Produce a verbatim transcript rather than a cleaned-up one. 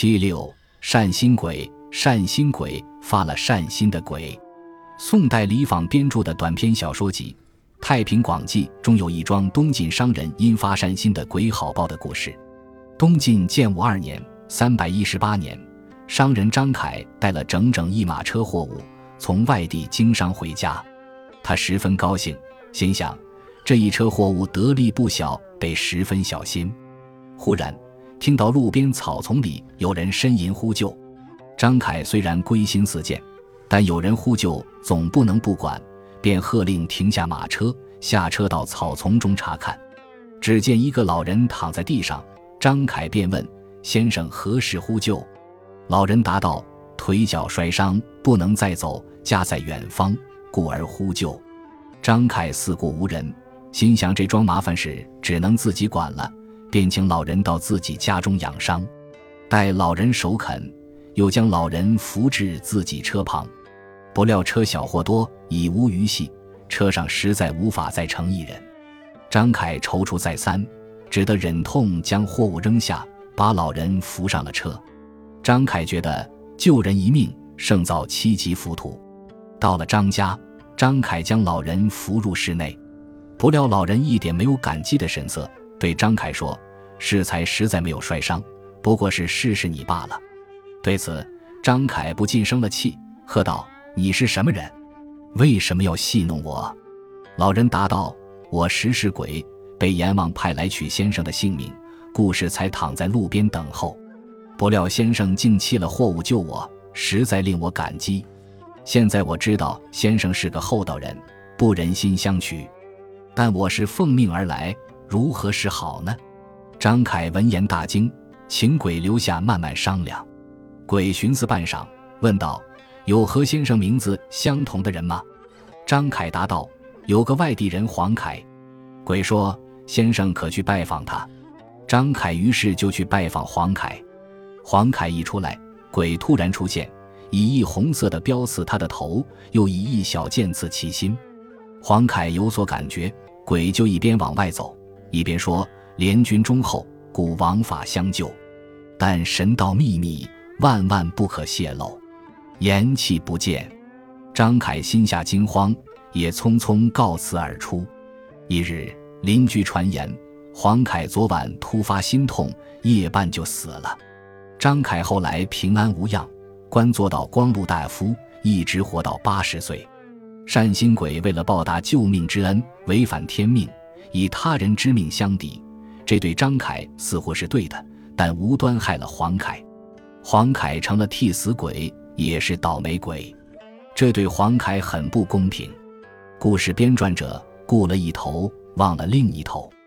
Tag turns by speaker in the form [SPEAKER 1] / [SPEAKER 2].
[SPEAKER 1] 七六善心鬼，善心鬼发了善心的鬼。宋代李昉编著的短篇小说集《太平广记》中有一桩东晋商人因发善心的鬼好报的故事。东晋建武二年三百一十八年，商人张凯带了整整一马车货物从外地经商回家，他十分高兴，心想这一车货物得力不小，得十分小心。忽然听到路边草丛里有人呻吟呼救，张凯虽然归心似箭，但有人呼救总不能不管，便喝令停下马车，下车到草丛中查看。只见一个老人躺在地上，张凯便问：先生何事呼救？老人答道：腿脚摔伤，不能再走，家在远方，故而呼救。张凯四顾无人，心想这桩麻烦事只能自己管了，便请老人到自己家中养伤。待老人首肯，又将老人扶至自己车旁。不料车小货多，已无余系，车上实在无法再乘一人。张凯踌躇再三，只得忍痛将货物扔下，把老人扶上了车。张凯觉得救人一命胜造七级浮屠。到了张家，张凯将老人扶入室内，不料老人一点没有感激的神色，对张凯说：适才实在没有摔伤，不过是试试你罢了。对此张凯不禁生了气，喝道：你是什么人？为什么要戏弄我？老人答道：我实是鬼，被阎王派来取先生的性命，故事才躺在路边等候。不料先生竟弃了货物救我，实在令我感激。现在我知道先生是个厚道人，不忍心相取，但我是奉命而来，如何是好呢？张凯闻言大惊，请鬼留下慢慢商量。鬼寻思半晌，问道：有和先生名字相同的人吗？张凯答道：有个外地人黄凯。鬼说：先生可去拜访他。张凯于是就去拜访黄凯。黄凯一出来，鬼突然出现，以一红色的镖刺他的头，又以一小剑刺其心。黄凯有所感觉，鬼就一边往外走，一边说：联军忠厚，故王法相救，但神道秘密，万万不可泄露。言讫不见。张凯心下惊慌，也匆匆告辞而出。一日，邻居传言黄凯昨晚突发心痛，夜半就死了。张凯后来平安无恙，官做到光禄大夫，一直活到八十岁。善心鬼为了报答救命之恩，违反天命，以他人之命相抵，这对张凯似乎是对的，但无端害了黄凯。黄凯成了替死鬼，也是倒霉鬼，这对黄凯很不公平。故事编撰者顾了一头，忘了另一头。